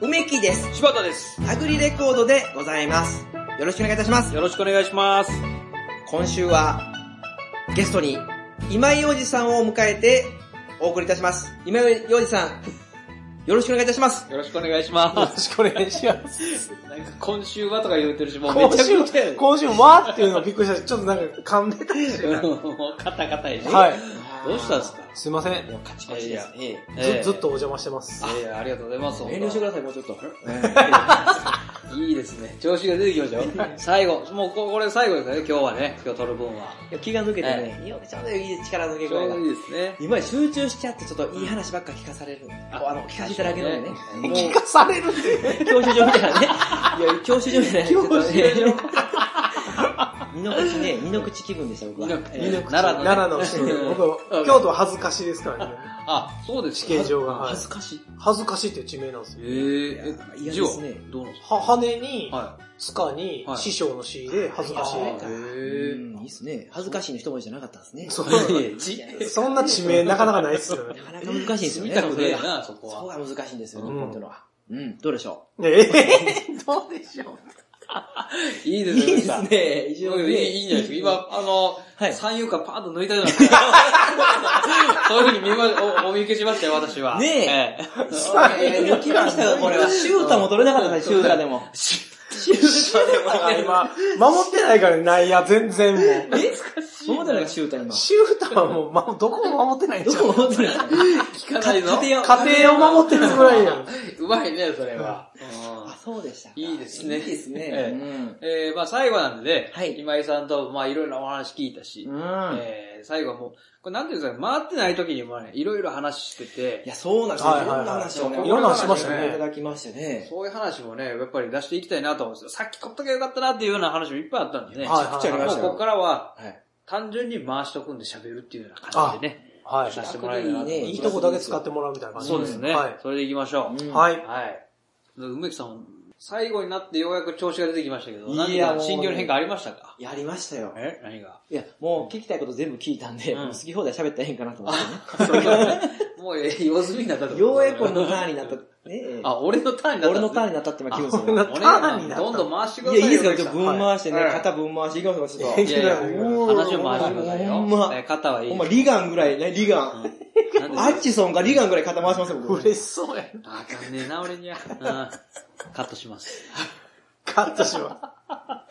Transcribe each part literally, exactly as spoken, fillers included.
梅木です。 柴田です。 アグリレコードでございます。よろしくお願いいたします。 よろしくお願いします。 今週はゲストに今井洋二さんを迎えてお送りいたします。今井洋二さん、よろしくお願いいたします。 よろしくお願いします。 よろしくお願いします。 なんか今週はとか言ってるし、もうめちゃくちゃ。 今週はっていうのびっくりしたし、ちょっとなんか噛んでたし。 もうカタカタやし。 はい。 どうしたんですか？ すいません。 カチカチです。 ええず, ずっとお邪魔してます。 いやありがとうございます。 遠慮してください、もうちょっと。 いいですね。調子が出てきましたよ。最後、もうこれ最後ですね、今日はね。今日撮る分は。 気が抜けてね、ちょうどいい力抜け具合が。 ちょうどいいですね。 今集中しちゃってちょっといい話ばっか聞かされる。あの、聞かせていただけるのでね。 聞かされるって。 教習所みたいなね。いや、教習所みたいな。 教習所。 身の口ね、身の口気分でした、僕は。 身の口。奈良の人。僕、京都は恥ずかしいですからね。 あ、そうです。 試験場が。 恥ずかしい。 恥ずかしいっていう地名なんですよ。 ええ、 嫌ですね。 どうなんですか？羽に、 は塚に、師匠の師で恥ずかしい。 へえ。いいっすね。恥ずかしいの一文字じゃなかったんですね。 そう。そんな地名なかなかないっすよね。 なかなか難しいんですよね。 見たくねえな、そこは。 そこが難しいんですよ、日本っていうのは。うん、どうでしょう。ええ、どうでしょう。 いいですね。 いいですね。 一応いいんじゃないですか。今、あの、三遊間パーンと抜いたような。そういう風に見ま、お、お見受けしましたよ、私は。 ねえ。抜きましたよ、これは。シュータも取れなかったね、シュータでも。シュータでも。 今、守ってないからね、内野全然もう。 え守ってないか、シュータ今。 シュータはもう、ま、どこも守ってないんちゃう。 どこも守ってない。 聞かないの？ 家庭を守ってるぐらいやん。 うまいね、それは。 あ、そうでした。 いいですね。 いいですね。 えー、まあ最後なんでね、 今井さんと、まあいろいろお話聞いたし、えー、最後もう、これなんていうんですか、回ってない時にもね、いろいろ話してて。 いや、そうなんですよ。いろんな話をね、 いろんな話しましたね。 いただきましてね。 そういう話もね、やっぱり出していきたいなと思うんですよ。さっき取っときゃよかったなっていうような話もいっぱいあったんでね。 めちゃくちゃありましたよ。 もうここからは、単純に回しとくんで喋るっていうような感じでね。 はい。 させてもらえるなと。 いいとこだけ使ってもらうみたいな感じ。 そうですね。はい。それで行きましょう。 はい。 はい。梅木さん、最後になってようやく調子が出てきましたけど、何か心境の変化ありましたか？ やりましたよ。 え？何が？ いや、もう聞きたいこと全部聞いたんで、好き放題喋ったら変かなと思ってね。もう用済みになったと。 ようやく俺のターンになった。 あ、俺のターンになった。 俺のターンになったって今気分ですよ。 俺のターンになった。 どんどん回してください。 いや、いいですか？ぶん回してね、肩ぶん回していきますよ、ちょっと。 いやいや、話を回してくださいよ。ほんま。肩はいい。 ほんま、リガンぐらいね、リガン。アッチソンがリガンぐらい肩回しますよ、僕。 嬉しそうやな。あかんねえな、俺には。カットします。 カットします。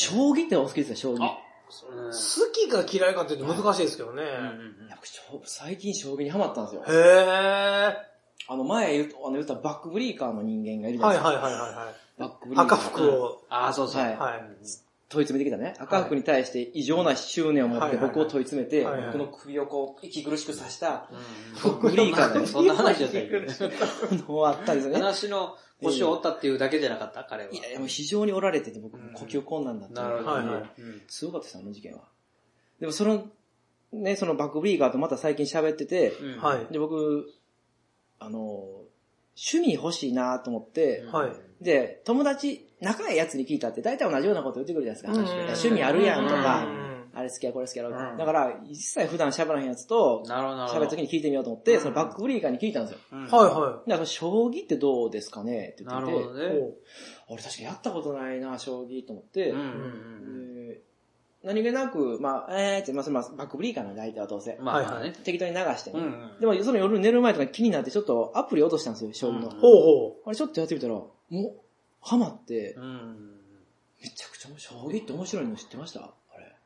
将棋ってお好きですか、将棋。 好きか嫌いかって言うと難しいですけどね。 最近将棋にハマったんですよ。 へー。 あの前言ったバックブリーカーの人間がいるじゃないですか。 はいはいはいはい。 バックブリーカー。 赤服を。 ああ、そうそう。 はい。問い詰めてきたね。赤服に対して異常な執念を持って僕を問い詰めて、僕の首をこう、息苦しくさした、バックブリーカーで。 そんな話だったっけのあったんですよね。 話の腰を折ったっていうだけじゃなかった彼は。 いやいや、もう非常に折られてて僕、呼吸困難だった。 なるほど。 すごかったですよ、あの事件は。でもその、ね、そのバックブリーカーとまた最近喋ってて、で、僕、あの、趣味欲しいなと思って、で、友達、仲いいやつに聞いたって大体同じようなこと言ってくるじゃないですか。趣味あるやんとか、あれ好きやこれ好きやろ。だから、一切普段喋らへんやつと、喋るときに聞いてみようと思って、そのバックブリーカーに聞いたんですよ。 はいはい。 だから将棋ってどうですかねって言ってて、 なるほどね。 俺確かやったことないな、将棋と思って、何気なく、まあ、えーって、まあ、まあ、バックブリーカーの大体はどうせ。 まあね。 適当に流してね。でも、その夜寝る前とか気になってちょっとアプリ落としたんですよ、将棋の。 ほうほう。あれちょっとやってみたら、もう、ハマって、めちゃくちゃ将棋って面白いの知ってましたあれ。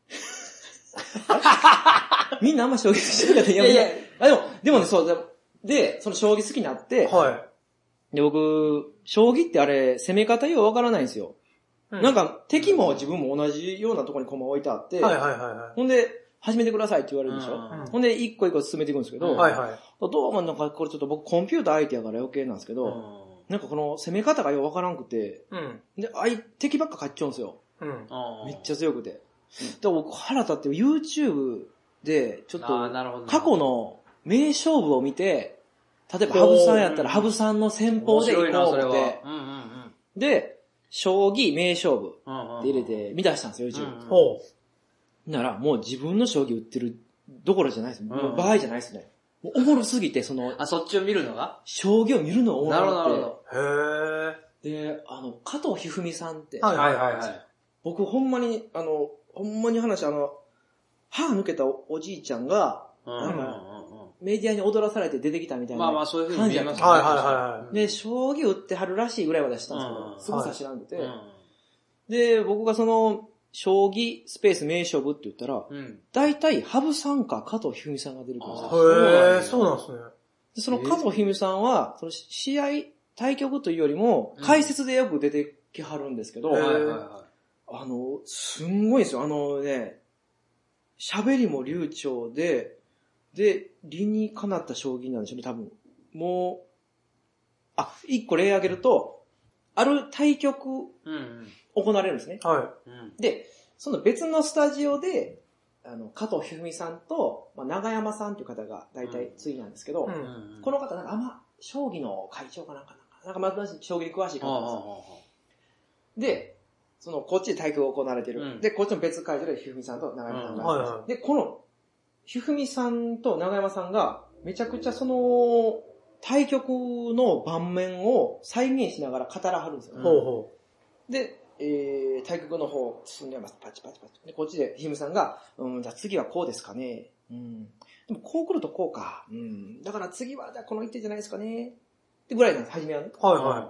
みんなあんま将棋知ってなかった。いやいや、あ、でも、でもね、そう、で、その将棋好きになって、 はい。 で、僕、将棋ってあれ、攻め方ようわからないんですよ。なんか、敵も自分も同じようなところに駒置いてあって、 はいはいはい。 ほんで、始めてくださいって言われるでしょ。ほんで、一個一個進めていくんですけど、 はいはい。 どうもなんか、これちょっと僕コンピューター相手やから余計なんですけど、なんかこの攻め方がようわからんくて、で、相敵ばっか勝っちゃうんですよ。めっちゃ強くて。で、僕腹立って YouTube で、ちょっと、過去の名勝負を見て、例えば羽生さんやったら羽生さんの戦法でいこうって、で、将棋名勝負って入れて見出したんですよ、YouTube。ほう。なら、もう自分の将棋売ってるどころじゃないです。もう場合じゃないですね。 おもろすぎて、その、 あ、そっちを見るのが将棋を見るのがおもろくて。 なるほど、なるほど。 へー。で、あの、加藤一二三さんって。 はいはいはいはい。 僕ほんまに、あの、ほんまに話、あの、歯抜けた お, おじいちゃんが、うん、なんか、メディアに踊らされて出てきたみたいな。 まあまあそういう風に見えますね。 はいはいはい。 で、将棋打ってはるらしいぐらいまで知ったんですけど、すごさ知らんくて、はい。で、僕がその、将棋スペース名勝負って言ったら、うん、大体、羽生さんか加藤一二三さんが出るからさ。 へー、そうなんですね。 でその加藤一二三さんは、その試合、対局というよりも、解説でよく出てきはるんですけど、うん、あの、すんごいですよ。あのね、喋りも流暢で、で、理にかなった将棋なんでしょうね、多分。もう、あ、一個例挙げると、ある対局、行われるんですね。 はい。 で、その別のスタジオで、あの、加藤一二三さんと、まあ、長山さんという方が大体次なんですけど、うん、この方なんかあんま、将棋の会長かなんかなんか、なんかまず将棋に詳しい方なんですよ。で、その、こっちで対局が行われてる。うん、で、こっちの別会場で一二三さんと長山さんが、うんはいはい。で、この、一二三さんと長山さんが、めちゃくちゃその、対局の盤面を再現しながら語らはるんですよ、ね。ほうほうで、えー、対局の方進んでます。パチパチパチ。で、こっちで、ひむさんが、うん、じゃあ次はこうですかね。うん。でもこう来るとこうか。うん。だから次は、じゃあこの一手じゃないですかね。ってぐらいなんです、初めはね。 はいはい。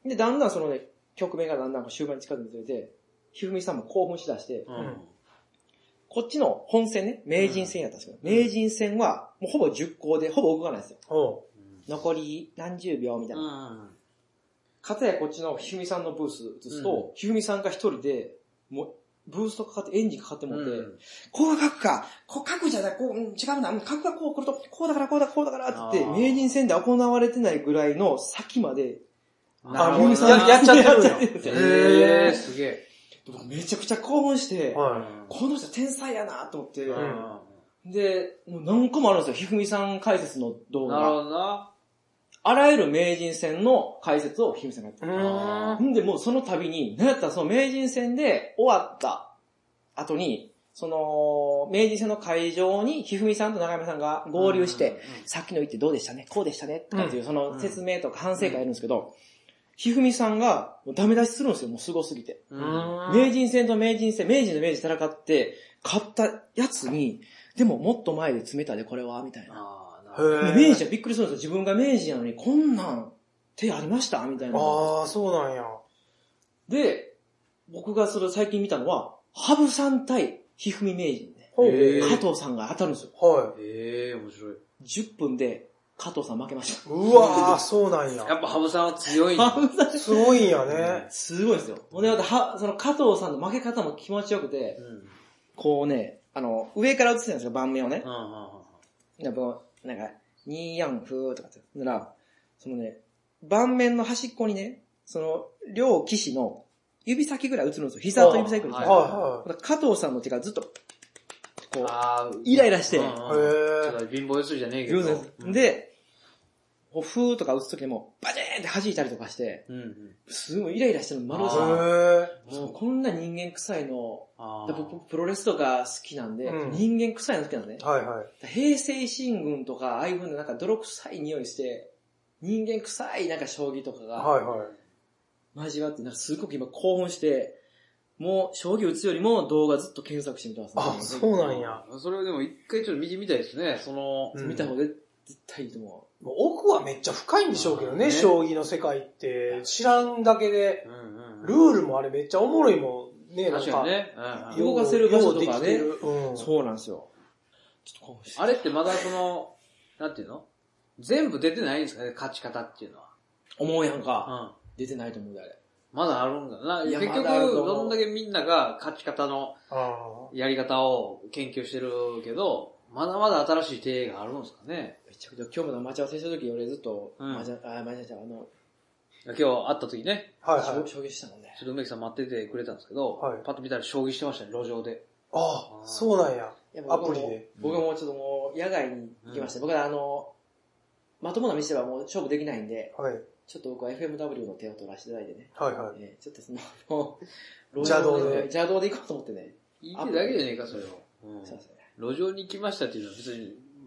で、だんだんそのね、局面がだんだん終盤に近づいてて、ひふみさんも興奮しだして、うん、こっちの本戦ね、名人戦やったんですけど、うん、名人戦はもうほぼじゅっこうでほぼ動かないんですよ。うん、残り何十秒みたいな。かたやこっちのひふみさんのブース映すと、ひふみさんが一人で、もう、ブーストかかって、エンジンかかってもって、うん、こう書くか、こう書くじゃない、こう、違うな、書くがこう来ると、こうだから、こうだから、こうだからって言って、名人戦で行われてないぐらいの先まで、 あ、ひふみさんや, やっちゃってるんや。 へー、すげえ。 めちゃくちゃ興奮して、はい、この人天才やなと思って、うん、で、もう何個もあるんですよ、ひふみさん解説の動画。 なるほどな。 あらゆる名人戦の解説をひふみさんがやってる。んで、もうその度に、なんやったらその名人戦で終わった後に、その、名人戦の会場にひふみさんと長山さんが合流して、うんうんうん、さっきの言ってどうでしたね、こうでしたね、とかっていうその説明とか反省会やるんですけど、ひふみさんがダメ出しするんですよ、もうすごすぎて。名人戦と名人戦、名人の名人戦って、勝ったやつに、でももっと前で詰めたでこれは、みたいな。名人はびっくりするんですよ。自分が名人なのに、こんなん手ありましたみたいな。 ああ、そうなんや。 で、僕がそれ最近見たのは、羽生さん対ひふみ名人ね。加藤さんが当たるんですよ。 はい。 へえ、面白い。 じゅっぷんで加藤さん負けました。 うわー、そうなんや。 やっぱ羽生さんは強いんだ。すごいんやね。 すごいですよ。ほんで、は、その加藤さんの負け方も気持ちよくて、うん、こうね、あの、上から映ってたんですよ、盤面をね。うんうんうん、やっぱなんか、に、よん、ふーとかって。なら、そのね、盤面の端っこにね、その、両騎士の指先ぐらい映るんですよ。膝と指先ぐらい映るんですよ。はいはい、加藤さんの手がずっと、こう、イライラして。へー。貧乏ゆすりじゃねえけど。 うん、で、ふーとか打つときでも、バチーンって弾いたりとかして、うんうん、すごいイライラしてるの丸ですよ。もうこんな人間臭いの、僕プロレスとか好きなんで、うん、人間臭いの好きなんでね。はいはい、平成新軍とか、ああいう風ななんか泥臭い匂いして、人間臭いなんか将棋とかが、交わって、なんかすごく今興奮して、もう将棋打つよりも動画ずっと検索してみてますね。 あ、そうなんや。 それをでも一回ちょっと見てみたいですね。その、 うん、見た方が絶対いいと思う。 奥はめっちゃ深いんでしょうけどね、ね将棋の世界って。知らんだけで、うんうん、ルールもあれめっちゃおもろいもんね、なんか。 確かにね。 うん、動かせる場所とかね。うん、そうなんですよ。 ちょっと興奮して。あれってまだその、なんていうの全部出てないんですかね、勝ち方っていうのは。 思うやんか。うん、出てないと思うで、あれ。 まだあるんだな。結局、どんだけみんなが勝ち方のやり方を研究してるけど、まだまだ新しい手があるんですかね。 めちゃくちゃ今日も待ち合わせした時俺ずっと、うん、あ、マジであの、 今日会った時ね、 はいはい、将棋したもんね。 ちょっと梅木さん待っててくれたんですけど、はい、パッと見たら将棋してましたね、路上で。 ああ、そうなんや。アプリで。 僕もちょっともう野外に行きました。うん、僕はあの、まともな店はもう勝負できないんで、はい、ちょっと僕は エフエムダブリュー の手を取らせていただいてね。はいはい。えー、ちょっとその、 邪道で。 邪道で行こうと思ってね。 いい手だけじゃねえか、それを。うん、そうですね。路上に行きましたっていうのは別に、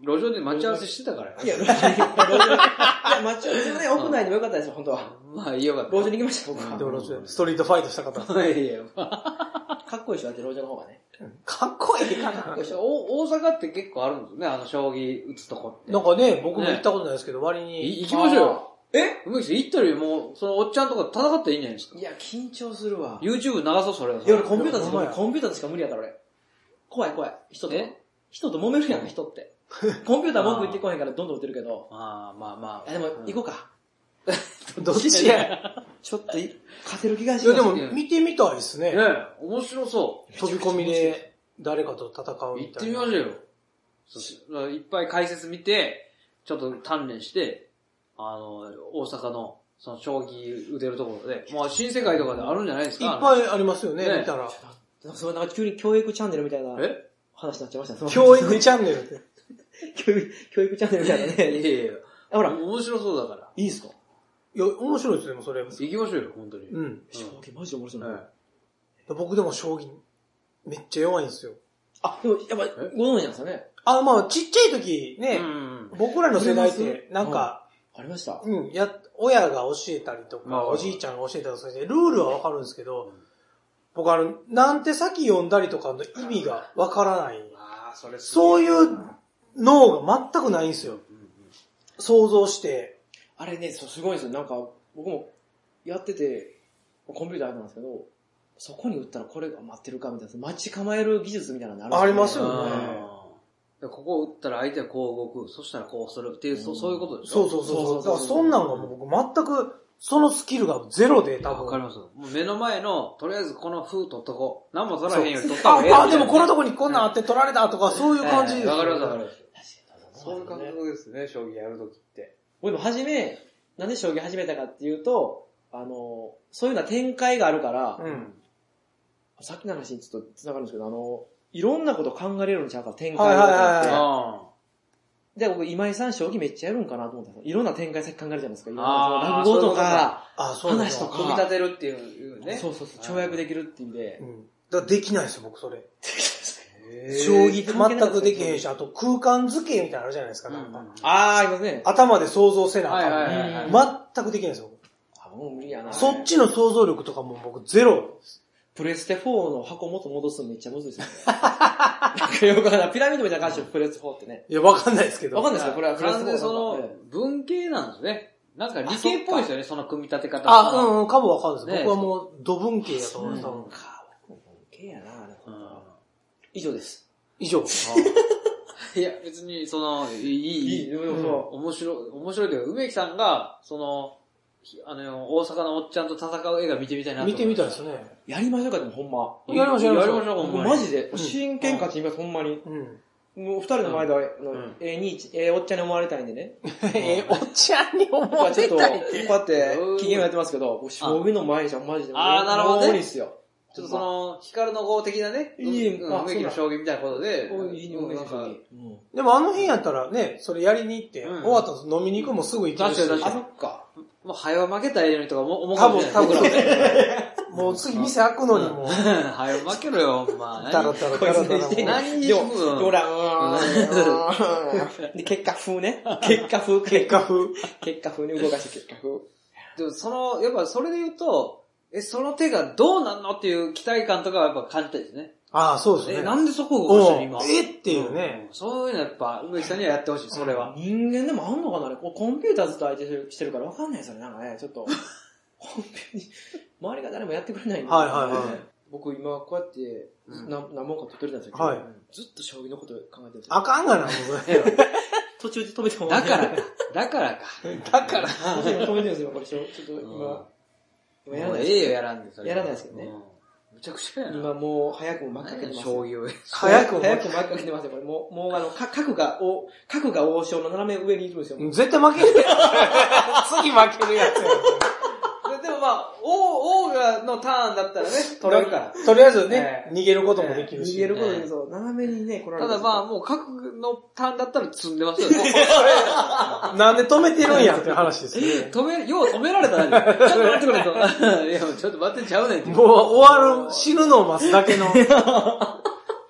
路上で待ち合わせしてたから。 いや、路上に、路上に。いや、待ち合わせね、屋内でもよかったですよ、本当は。 まあ、よかった。 路上に行きました、僕は。 でも路上、ストリートファイトした方。 いやいや。 かっこいい人だって路上の方がね。 かっこいいかな。 大阪って結構あるんですよね、あの、将棋打つとこって。 なんかね、僕も行ったことないですけど、割に。 行きましょうよ。え梅木さん行ったりもう、そのおっちゃんとか戦ったらいいんじゃないですか。 いや、緊張するわ。 YouTube 流そう、それは。 いや、俺コンピューターですコンピューターでしか無理やから俺。怖い怖い。人と。人と揉めるやん、人って。コンピューター文句言ってこへんからどんどん打てるけど。 ああ、まあまあ。 いや、でも行こうか。 どっちや。 ちょっと勝てる気がします。 いや、でも見てみたいですね。 ね面白そう。 飛び込みで誰かと戦うみたいな。 行ってみましょうよ。いっぱい解説見て、ちょっと鍛錬して、あの、大阪の、その、将棋打てるところで、まあ、新世界とかであるんじゃないですか。 いっぱいありますよね、見たら。 それなんか急に教育チャンネルみたいな話になっちゃいましたね。 教育チャンネルって。 教育、教育チャンネルみたいなね。 いやいやほら。 面白そうだから。 いいっすかいや、面白いですね、それ。 行きましょうよ、本当に。 うん。 将棋マジで面白い。 僕でも将棋、めっちゃ弱いんですよ。 あ、でも、やっぱ、ご存知なんですよね。 あ、まあ、ちっちゃい時ね、僕らの世代って、なんか、 ありました。 うん、や、親が教えたりとか、おじいちゃんが教えたりとかして、ルールはわかるんですけど、僕あの、なんて先読んだりとかの意味がわからない。そういう脳が全くないんですよ。想像して。 あれね、そう、すごいですよ。なんか、僕もやってて、コンピューターなんですけど、そこに打ったらこれが待ってるかみたいな、待ち構える技術みたいなのあるんですよ、 ね。ありますよね。 ここ打ったら相手はこう動く、そしたらこうするっていう、うん、そ, そういうことでしょ。そうそうそうそう。だからそんなんがもう僕全く、そのスキルがゼロで多分。 わかります。もう目の前の、とりあえずこの風取っとこう。何も取らへんより取った方がええ。 あ、あ、でもこのとこにこんなんあって取られたとか、そういう感じです。 わかりますわかります。そういう感覚ですね、将棋やるときって。 僕でも初め、なんで将棋始めたかっていうと、あの、そういうような展開があるから、うん、さっきの話にちょっと繋がるんですけど、あの、いろんなこと考えれるんちゃうか、展開があって。はいはいはい、で、僕、今井さん将棋めっちゃやるんかなと思ったんです。いろんな展開先考えるじゃないですか。いろんな落語とか、話とか。 組み立てるっていうね。 そうそうそう、跳躍できるっていう意味で。 うん。だからできないですよ、僕それ。将棋って全くできへんし、あと空間図形みたいなのあるじゃないですか、なんか。うん、 あー、ありますね。 頭で想像せなあかん。はいはいはいはい、全くできないですよ、僕。 あ、もう無理やな。 そっちの想像力とかも僕ゼロです。 プレステフォーの箱元戻すのめっちゃむずいですよね。なんかよくわかんない。ピラミッドみたいな感じでプレステフォーってね。 いや、わかんないですけど。 わかんないですかこれはプレステフォー。 完全その、文系なんですね。なんか理系っぽいですよね、その組み立て方。 あ、うんうん、かもわかんないです。僕はもう、土文系やと思います。 そうか、文系やな、以上です。 以上。 いや、別に、その、いい、いい、面白い、面白いというか、梅木さんが、その、あの、大阪のおっちゃんと戦う映画見てみたいな。 見てみたいですね。 やりましょうか、でもほんま。 やりましょう、 やりましょう、ほんま。マジで、真剣勝ちにいます、ほんまに。もう二人の前では、ええに、ええおっちゃんに思われたいんでね。 ええおっちゃんに思われたい。 ちょっと、こうやって、機嫌をやってますけど、将棋の前じゃマジで。 ああ、なるほどね。 無理っすよ。 ちょっとその、ヒカルの号的なね、 いい、 梅木の将棋みたいなことで、 でもあの辺やったらね、それやりに行って、終わったら飲みに行くもすぐ行けるし。 確かに確かに。あ、そっか。もう早は負けたらいいのにとか思うかもしれない。 多分、多分。もう次店開くのにも。 早負けろよ、ほんま。 タラタラタラタラ。 何にも。ほら、うーん。で、結果風ね。結果風。 結果風。 結果風に動かして結果風。 でもその、やっぱそれで言うと、え、その手がどうなんのっていう期待感とかはやっぱ感じたいですね。 ああ、そうですね。 え、なんでそこを動かしたの今。 えっていうね。 そういうのやっぱ、梅木さんにはやってほしい、それは。 人間でもあんのかなね。コンピューターずっと相手してるからわかんないですよね。なんかね、ちょっと。コンピューター、周りが誰もやってくれないんで。 はいはいはい。 僕今こうやって、何問か取ってるんですよ。 はい。 ずっと将棋のこと考えてるんですよ。 あかんがな、僕。 途中で止めてもだからか。だからか。 だから。 途中で止めてるんですよ、これ。ちょっと今。 今やらない。ええよ、やらんで、それ。 やらないですけどね。 むちゃくちゃやな。 今もう早くも巻きかけてます。 将棋を。 早くも巻きかけてますよ、これ。もう、もうあの、角が、角が王将の斜め上にいるんですよ。 絶対負けるやつ。次負けるやつや。 でもまあ、王、王がのターンだったらね、取れるから。 とりあえずね、逃げることもできるし。 逃げることでそう、斜めにね、来られる。 ただまあ、もう角のターンだったら積んでますよ。 なんで止めてるんやっていう話ですね。 止め、よう止められたら、ちょっと待ってくれと。いや、ちょっと待ってちゃうねんって。 もう終わる、死ぬのを待つだけの。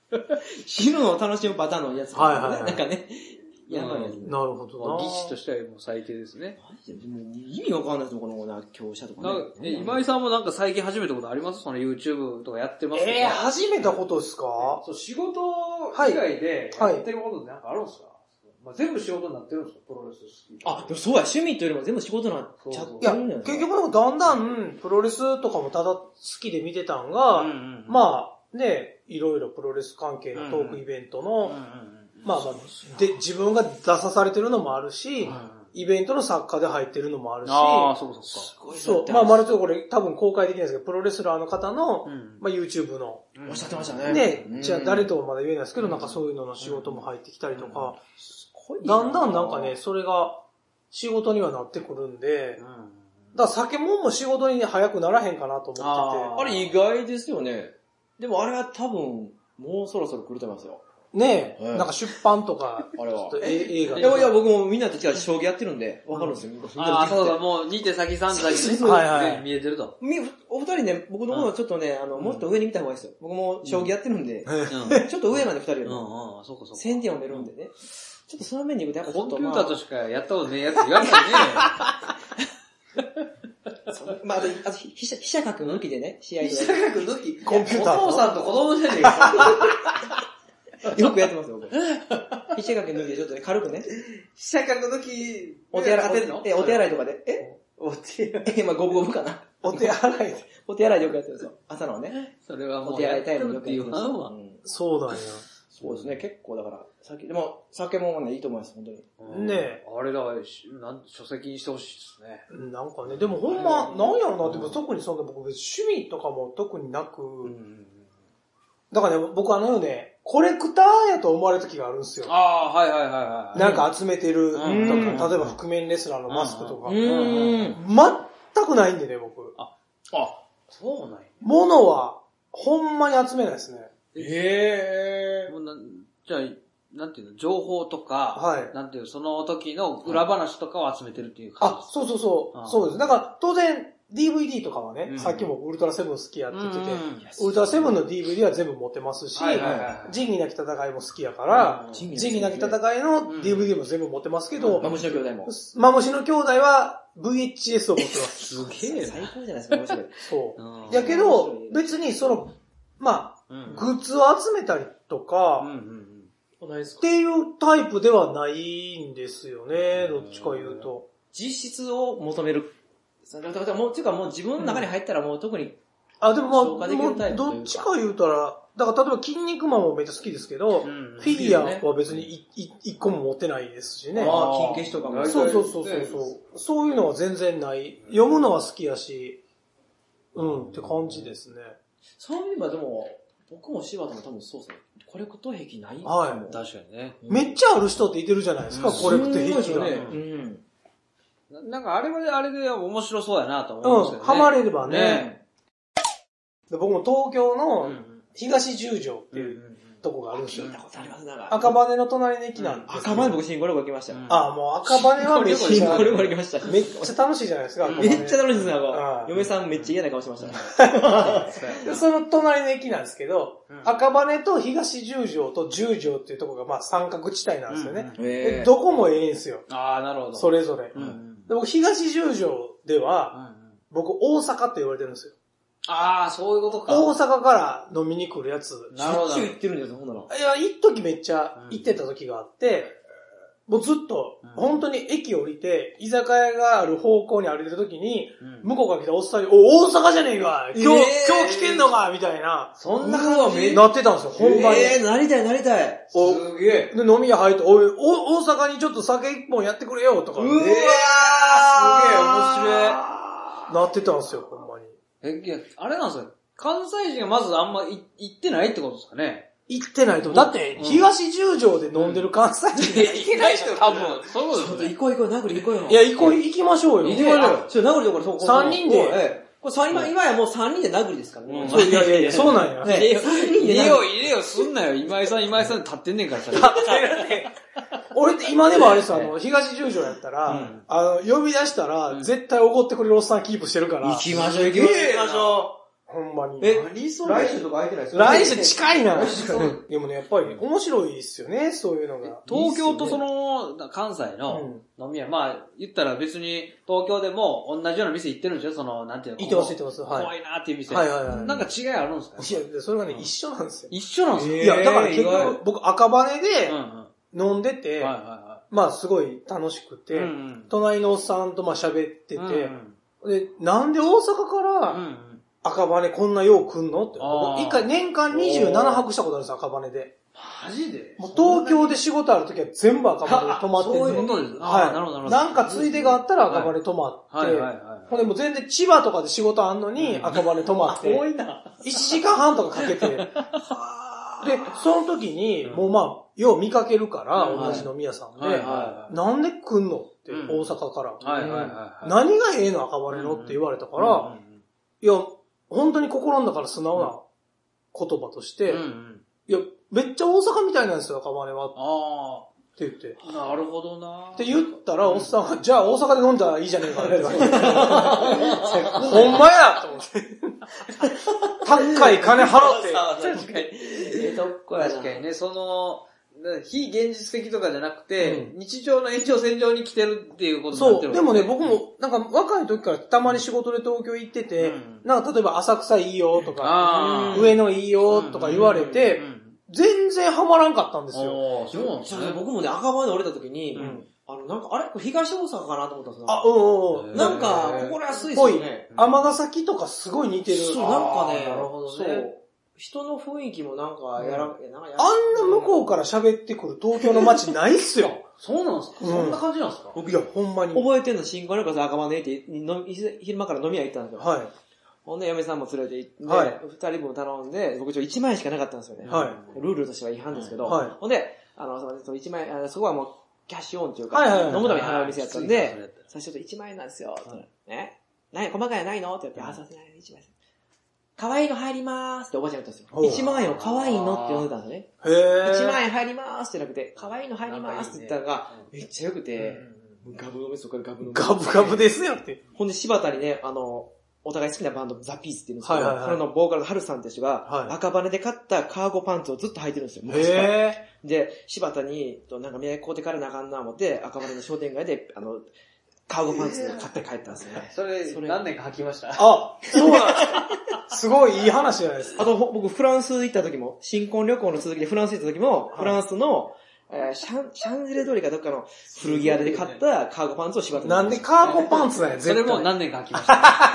死ぬのを楽しむパターンのやつ、ね。 はいはいはい。 なんかね。やばいやつ、ね。 なるほどな。 技師としてはもう最低ですね。 もう意味わかんないですもん、このな、強者とかね。 え、今井さんもなんか最近始めたことあります？その YouTube とかやってますか？ えー、始めたことですか？ そう、仕事以外でやってることってなんかあるんですか？はいまあ、全部仕事になってるんですか？プロレス好き。 あ、でもそうや、趣味というよりも全部仕事になっちゃってるんだよね。 いや、結局だんだんプロレスとかもただ好きで見てたんが、うんうんうん、まあね、いろいろプロレス関係のトークイベントの、うんうんうんまあまあ、で、自分が出さされてるのもあるし、うん、イベントの作家で入ってるのもあるし、 ああ、そうそうそう。 すごいそう。まあ、まるちょっとこれ多分公開できないですけど、プロレスラーの方の、うん、まあ YouTube の、 うん、おっしゃってましたね。 ね、うん、じゃあ誰ともまだ言えないですけど、うん、なんかそういうのの仕事も入ってきたりとか、うん、だんだんなんかね、それが仕事にはなってくるんで、うん、だから酒もんも仕事に早くならへんかなと思ってて。 あ, あれ意外ですよね。でもあれは多分、もうそろそろ来ると思いますよ。 ねえ、はい、なんか出版とか、あれは。映画とか。 いやいや、僕もみんなと違う将棋やってるんで、わかるんですよ。 うん、ああ、そうだ、もうに手先さん手先ね、はいはい、見えてると。 み、お二人ね、僕の方はちょっとね、あの、もっと上に見た方がいいですよ。僕も将棋やってるんで、うん、ちょっと上なんで二人よりも。うん、そうかそうか。先手読めるんでね。ちょっとその面に行くとやっぱちょっと、 コンピューターとしかやったことねえやつ言わないね。 まあ、あと、あと、飛車、飛車角抜きでね、試合で。 飛車角抜きコンピューター。 お父さんと子供じゃねえか。 よくやってますよ、僕。飛車角抜きでちょっとね、軽くね。 飛車角抜き、 お手洗い、え、お手洗いとかで。えお手洗い。 え、まあ、ゴブゴブかな。 お手洗いで。 お手洗いでよくやってるんですよ。朝のね。 それはもう。 お手洗いタイムよくやってるんですよ。そうなんや。 そうですね、結構だから、酒、でも、酒もね、いいと思います、本当に。 ねえ。 あれだから、なん書籍にしてほしいですね。 なんかね、でもほんま、なんやろなって、うん、特にそんな僕、趣味とかも特になく、うん、だからね、僕あのよね、コレクターやと思われる時があるんですよ。 ああ、はいはいはいはい。 なんか集めてるとか、うん、例えば覆面レスラーのマスクとか。 うん、 全くないんでね、僕。 あ、あ、そうなんや。 物は、ほんまに集めないですね。 へえ。じゃあ、なんていうの、情報とか、はい。なんていうその時の裏話とかを集めてるっていう感じですか？ あ、そうそうそう。そうです。だから当然 ディーブイディー とかはね、うん、さっきもウルトラセブン好きやって言ってて、うん、ウルトラセブンの ディーブイディー は全部持ってますし、はいはいはい、仁義なき戦いも好きやから、うん、仁義なき戦いの ディーブイディー も全部持ってますけど、 うん、マムシの兄弟も。 マムシの兄弟は ブイエイチエス を持ってます。 すげえ、最高じゃないですか、面白い。 そう。やけど、別にその、まあ、うん、グッズを集めたりとか、うんうんうん、っていうタイプではないんですよね、どっちか言うと。 実質を求める。もう、っていうかもう自分の中に入ったらもう特に、うん、 あ、でもまあ、もうどっちか言うたら、だから例えば筋肉マンもめっちゃ好きですけど、うん、フィギュアは別に一個も持ってないですしね。 ああ、金消しとかも。 そうそうそうそう。そういうのは全然ない。読むのは好きやし、うんって感じですね。 そういえばでも、僕も柴田も多分そうですね。コレクト壁ないかも。 はい。 確かにね。 めっちゃある人っていてるじゃないですか、うん、コレクト壁が。ね、 うん。なんかあれはあれで面白そうやなと思いますよね。 うん、ハマれればね。ねで僕も東京の東十条っていうとこがあるんですよ。 聞いたことありますね。 赤羽の隣の駅なんです、 うん。赤羽僕新ゴルゴ行きましたよ。 ああ、もう赤羽はめっちゃ。 新ゴルゴ行きました。 めっちゃ楽しいじゃないですか。 めっちゃ楽しいですね。嫁さんめっちゃ嫌な顔してましたね。 その隣の駅なんですけど、うん、赤羽と東十条と十条っていうところがまあ三角地帯なんですよね。うん、どこもええんすよ。 ああ、なるほど。 それぞれ。うん、で僕東十条では、うん、僕大阪って言われてるんですよ。 ああ、そういうことか。 大阪から飲みに来るやつ。 なるほど。しょっちゅう行ってるんですよ、ほんなら。 いや、一時めっちゃ行ってた時があって、うん、もうずっと、本当に駅降りて、居酒屋がある方向に歩いてる時に、うん、向こうから来たおっさんに、お、大阪じゃねえか今日、えー、今日来てんのかみたいな。 そんな感じなってたんですよ、ほんまに。 えー、なりたい、なりたい。 すげえ。で、飲み屋入って、おい、お、大阪にちょっと酒一本やってくれよとか。うわー、すげえ、面白い。 なってたんですよ、ほんまに。 え、いや、あれなんですよ。関西人がまずあんまい行ってないってことですかね。 行ってないと。だって、東十条で飲んでる関西人が行ってない人多分。そうですね。行こう行こう、名栗行こうよ。 いや、行こう、行きましょうよ。 行きましょうよ。ちょ、名栗どころ、そう、 三人で。 これ三今、今やもう三人で名栗ですからね。 そう、いやいやいや、そうなんや。 入れよ、入れよ、入れよ、すんなよ。今井さん、今井さん立ってんねんからさ。立ってるね。 俺って今でもあれさ、あの、東十条やったら、あの、呼び出したら、絶対怒ってくれるおっさんキープしてるから。 行きましょう、行きましょう。 ほんまに。 え、来週とか空いてないですか？ 来週近いな。でもね、やっぱり面白いですよね、そういうのが。 東京とその、関西の飲み屋、まあ、言ったら別に東京でも同じような店行ってるんでしょ？その、なんていうの？ 行ってます行ってます。 怖いなーっていう店。 はいはいはい。 なんか違いあるんですか？ いや、それがね、一緒なんですよ。 一緒なんですか？ いや、だから結局、僕赤羽で飲んでて、まあすごい楽しくて、隣のおっさんとまあ喋ってて、で、なんで大阪から赤羽こんなよう来んのって。僕一回年間にじゅうななはくしたことあるんですよ、赤羽で。 マジで？ もう東京で仕事あるときは全部赤羽で泊まってて。 そういうことです。 はい。なるほど、なるほど。なんかついでがあったら赤羽泊まって、ほんでもう全然千葉とかで仕事あんのに赤羽泊まって、 多いな。 いちじかんはんとかかけて、で、その時に、もうまあ、よう見かけるから、同じ飲み屋さんで、なんで来んのって、大阪から。何がええの赤羽のって言われたから、いや、本当に心の中から素直な言葉として、いや、めっちゃ大阪みたいなんですよ、赤羽は。って言って。 なるほどな。 って言ったら、おっさんが、じゃあ大阪で飲んだらいいじゃねえかって言われて。ほんまやと思って。高い金払って。 確かに。えとこや確かにね、その、非現実的とかじゃなくて、うん、日常の延長線上に来てるっていうことになってる、 そう。でもね、僕も、なんか若い時からたまに仕事で東京行ってて、うん、なんか例えば浅草いいよとか、上野いいよとか言われて、うんうんうん、全然ハマらんかったんですよ。 そうなんですね。僕もね、赤羽で降りた時に、うん、あの、なんか、あれこれ東大阪かなと思ったんですよ。 あ、うんうんうん。 なんか、心安いっすよね。 尼崎とかすごい似てる。 そう、なんかね、なるほどね。そう人の雰囲気もなんかやら、うん、なんかやらあんな向こうから喋ってくる東京の街ないっすよ。 そうなんですか、うん、そんな感じなんですかいや、ほんまに。 覚えてんの、新婚旅行さ、赤羽って昼間から飲み屋行ったんですよ。はい。ほんで、嫁さんも連れて行って、はい、二人分頼んで、僕ちょいちまん円しかなかったんですよね。はい。ルールとしては違反ですけど、はい。ほんで、あの、そのいちまん円、そこはもう、キャッシュオンっていうか、はいはいはい、飲むために払う店やったんで、最初といちまん円なんですよ。はい、ね。何、細かいないのって言って、あ、そうですね、いちまん円。可愛いの入りまーすっておばちゃん言ったんですよ。いちまん円を可愛いのって呼んでたんですよね。へー。いちまん円入りまーすってなくて、可愛いの入りまーすって言ったのが、めっちゃ良くて、ガブ飲みそこからガブ飲み。 ガブガブですよって。 ほんで柴田にね、あの、お互い好きなバンド、ザ・ピースって言うんですけど、はいはいはい、それのボーカルのハルさんって人が、はい、赤羽で買ったカーゴパンツをずっと履いてるんですよ。へー。で、柴田に、なんか宮古でからなあかんな思って、赤羽の商店街で、あの、カーゴパンツ買って帰ったんですよね。 それ、それ何年か履きました。 あ、そうなんですか。すごいいい話じゃないですか。 あと、僕、フランス行った時も、新婚旅行の続きでフランス行った時も、はい、フランスの、えー、シャン、シャンゼリゼ通りかどっかの古着屋で買ったカーゴパンツを柴田に。 なんでカーゴパンツなんや、 それも何年か履きました。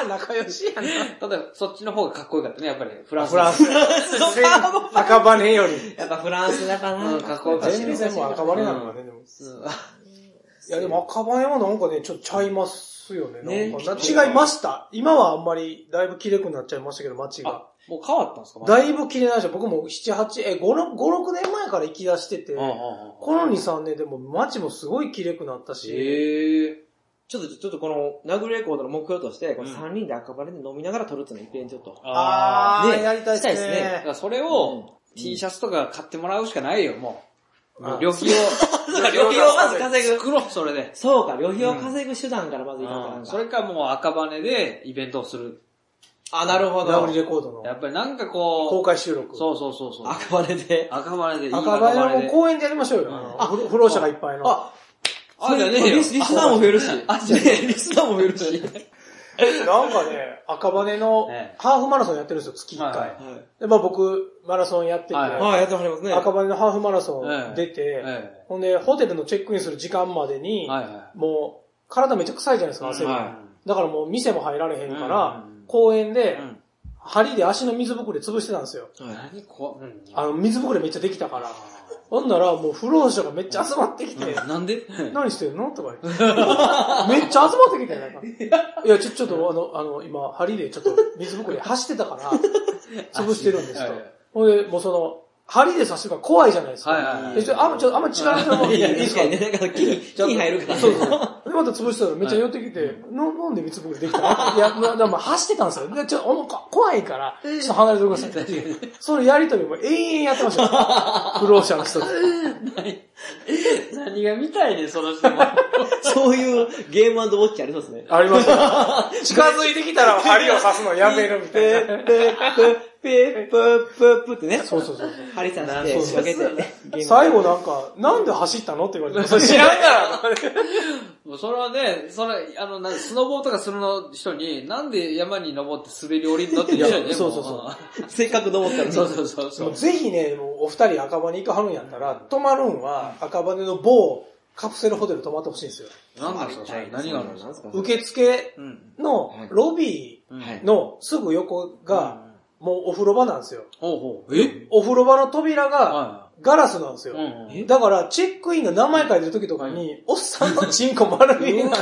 仲良しやな。 ただ、そっちの方がかっこよかったね、やっぱり。フランス。 フランス。赤羽より。 やっぱフランスだかな。 かっこよかった。全然もう赤羽なのかね、でも。いや、でも赤羽はなんかね、ちょっとちゃいますよね。ねなんか違いました。今はあんまり、だいぶ綺麗くなっちゃいましたけど、街が。 もう変わったんですかだいぶ綺麗なんですよ。僕もなな、はち、え、ご、ろくねんまえから行き出してて、このに、さんねんでも街もすごい綺麗くなったし。 へー。ちょっと、ちょっとこの、ナグレコードの目標として、このさんにんで赤羽で飲みながら撮るっていうのを一遍ちょっと。 あー、やりたいですね。 したいですね。 だからそれを、T シャツとか買ってもらうしかないよ、もう。旅費を、 旅費をまず稼ぐ。 作ろう、それで。 そうか、旅費を稼ぐ手段からまずいいかった。 それかもう赤羽でイベントをする。 あ、なるほど。 ダブリレコードの。 やっぱりなんかこう。 公開収録。 そうそうそうそう。 赤羽で。 赤羽でいい。 赤羽のもう公園でやりましょうよ。あ、不老者がいっぱいの。 あ、あ、じゃねえよ。リスナーも増えるし。あ、じゃねえ、リスナーも増えるし。 なんかね、赤羽のハーフマラソンやってるんですよ、月いっかい。はいはい、で、まあ僕、マラソンやってて、はいはい、やってはりますね。 赤羽のハーフマラソン出て、はいはい、ほんで、ホテルのチェックインする時間までに、はいはい、もう、体めっちゃ臭いじゃないですか、汗が、はい。だからもう店も入られへんから、うん、公園で、うん、針で足の水ぶくれ潰してたんですよ。 何こう、うん、 あの、水ぶくれめっちゃできたから。ほんなら、もう不老者がめっちゃ集まってきて。 うん、なんで何してんのとか言って。めっちゃ集まってきてなんか。いや、ちょ、ちょっとあの、あの、今、針でちょっと水ぶくれ走ってたから、潰してるんですと。ほんで、もうその、 針で刺してるから怖いじゃないですか。はいはいはい。ちょ、あんま、ちょ、あんま違うのもいいですかね。 なんか、木、木入るから。 そうそう。で、また潰したらめっちゃ寄ってきて、な、なんで三つぶくできたのいや、でも走ってたんですよ。で、ちょ、おも怖いから、ちょっと離れてください。そのやりとりも永遠やってましたよ。不老者の人で。 何が見たいねん、その人も。 そういうゲーム&ウォッチありますね。 あります。近づいてきたら針を刺すのやめるみたいな。 ペープープープーってね。 そうそうそう。 針刺して仕掛けて。 最後なんか、なんで走ったのって言われて。それ知らんからもうそれはね、それ、あの、スノボーとかするの人に、なんで山に登って滑り降りるのって言うよね。 そうそうそう。 せっかく登ったのに。 そうそうそうそう。 ぜひね、もうお二人赤羽行かはるんやったら、泊まるんは赤羽の某カプセルホテル泊まってほしいんですよ。 何ですか何があるんですか受付のロビーのすぐ横が、もうお風呂場なんですよ。 ほうほう。えお風呂場の扉がガラスなんですよ。だからチェックインの名前書いてる時とかに、おっさんのチンコ丸見えなんです。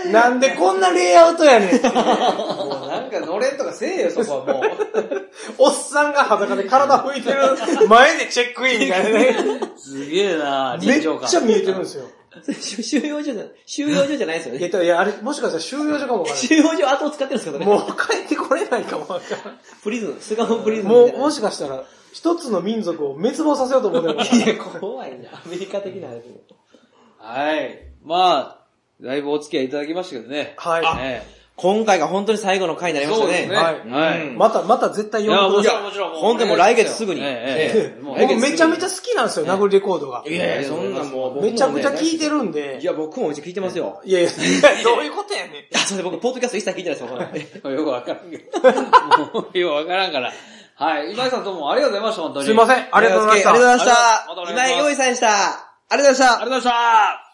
なんでこんなレイアウトやねんって。もうなんかのれんとかせえよ、そこはもう。 おっさんが裸で体拭いてる前でチェックインみたいなね。 すげえなめっちゃ見えてるんですよ。 収容所じゃ、収容所じゃないですよね。 いや、いや、あれ、もしかしたら収容所かもわからない。 収容所後を使ってるんですかね。 もう帰ってこれないかもわからない。 プリズン、菅野プリズン。 もう、もしかしたら、一つの民族を滅亡させようと思ってる。 いや、怖いな。アメリカ的なやつ。 はい。まあ、だいぶお付き合いいただきましたけどね。 はい。 ね、 今回が本当に最後の回になりましたね。 そうですね。はい。はい。 また、また絶対読んでください。 いや、もちろん、もちろん。 本当にもう来月すぐに。 ええ。僕めちゃめちゃ好きなんですよ、殴りレコードが。 いやいや、そんなもう、 めちゃくちゃ聞いてるんで。 いや、僕もめっちゃ聞いてますよ。 いやいや、どういうことやねん。いや、それ僕、ポッドキャスト一切聞いてないですよ、 よくわからんけど。もう、よくわからんから。はい。今井さんどうもありがとうございました、本当に。 すいません。ありがとうございました。 ありがとうございました。今井用意さんでした。ありがとうございました。 ありがとうございました。